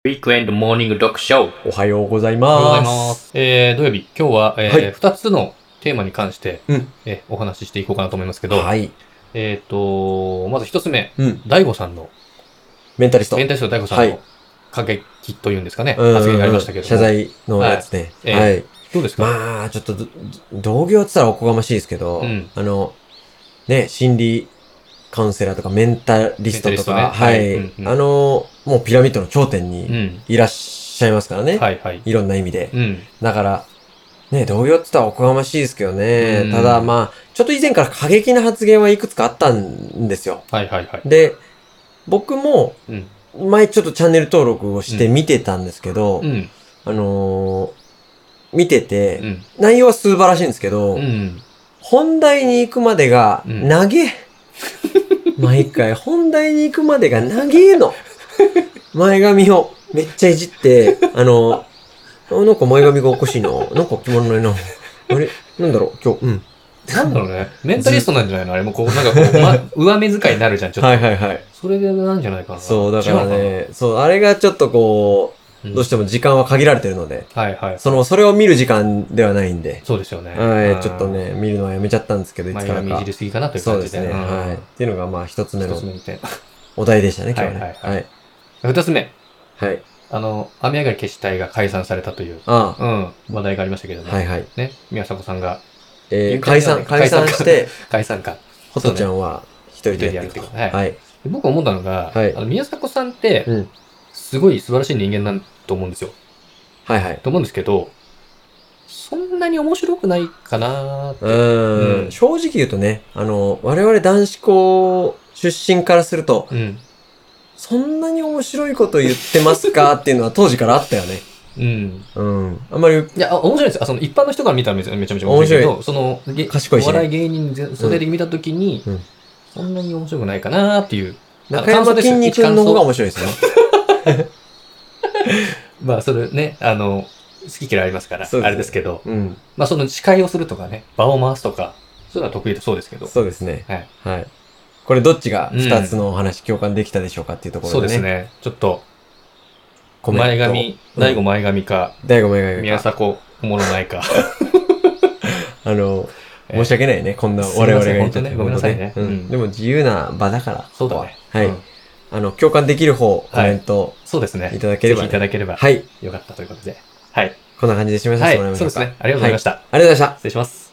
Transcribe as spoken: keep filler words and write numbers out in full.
ウィークエンドモーニング読書。 おはようございおはようございま。 ますす。えー、土曜日、今日は、えーはい二つのテーマに関して、 うん。 えーお話ししていこうかなと思いますけど、 はい。 えっ、と、まず一つ目、 うん。 大悟さんの、 メンタリスト。 メンタリスト大悟さんのはい過激というんですかね、 うんうんうん発言がありましたけども。 謝罪のやつね。 はいはい。 どうですか？ まあ、ちょっとど、同業って言ったらおこがましいですけど、 うんあの、ね、心理カウンセラーとかメンタリストとか、 メンタリストねははいい、 うんうんあの、もうピラミッドの頂点うにん。 いらっしゃいますからね。 はいはい。 いろんな意味で。 うん。 だから、ね、同業って言ったらおこがましいですけどね。 うんただまあ、ちょっと以前から過激な発言はいくつかあったんですよ。 はいはいはい。 で、僕も、 うん。 前ちょっとチャンネル登録をして見てたんですけど、 うん。 あのー、見てて、 うん。 内容は素晴らしいんですけど、 うん。 本題に行くまでが、 うん長え。毎回、本題に行くまでが長えの。前髪をめっちゃいじって、あの、あなんか前髪がおかしいな。なんか決まらないな。あれなんだろう今日、うん。 なんだろうね。メンタリストなんじゃないのあれもこう、なんかこう、ま、上目遣いになるじゃん、ちょっと。 はいはいはい。 それでなんじゃないかな。 そう、だから違うね、そう、あれがちょっとこう、 のかな、 どうしても時間は限られてるので、 はいはい。 その、それを見る時間ではないんで、 そうですよね。 はい、ちょっとね、見るのはやめちゃったんですけど、いつ前からか髪いじり。すぎかなという感じで。 そうですね、はい。っていうのが、まあ、一つ目の一つ目の点。 お題でしたね、今日はね。 はいはいはい。 二つ目。 はい。 あの、雨上がり消し隊が解散されたという、 あうん、話題がありましたけれどあ、 も。 はいはい。 ね、宮迫さんがえー、解散、解散して、 解散か。 ホトちゃんは一人でやっていくと。 一人でやるってことはい。 で僕思ったのが、 はいあの宮迫さんって、 うん。 すごい素晴らしい人間だと思うんですよ。 はいはい。 と思うんですけど、そんなに面白くないかなーって。 うーうんん、正直言うとね、あの、我々男子校出身からすると、 うん。 そんなに面白いこと言ってますかっていうのは当時からあったよね。 うん。 うん。あんまり、 いや、あ面白いですよ。あその一般の人が見たらめちゃめちゃ面白いけど、その、げ賢いしねお笑い芸人全袖で見たときに、 うんそんなに面白くないかなーっていう。 中山筋肉の方が面白いですよ。 まあ、それね、あの、好き嫌いありますから、 そうですねあれですけど、 うん。 まあ、その司会をするとかね、場を回すとか、そういうのは得意だそうですけど。 そうですね。 はい。 はい。これどっちが二つのお話共感できたでしょうかっていうところでね。 そうですね。ちょっっと、 コメント。 前髪、大悟前髪か、 大悟前髪宮か。 迫おもろないか。 あの、 えー申し訳ないね。こんなすいません我々が言っちゃって本当ねごめんなさいねううんん。でも自由な場だから。 そうだね。 はいうんあの、共感できる方、コメントそうですね。 いただければねぜひいただければ、 はい。 よかったということで。はい。 こんな感じで締めさはい。 せてもらいましょうか。 そうですね。ありがとうございました。 はいありがとうございました。 失礼します。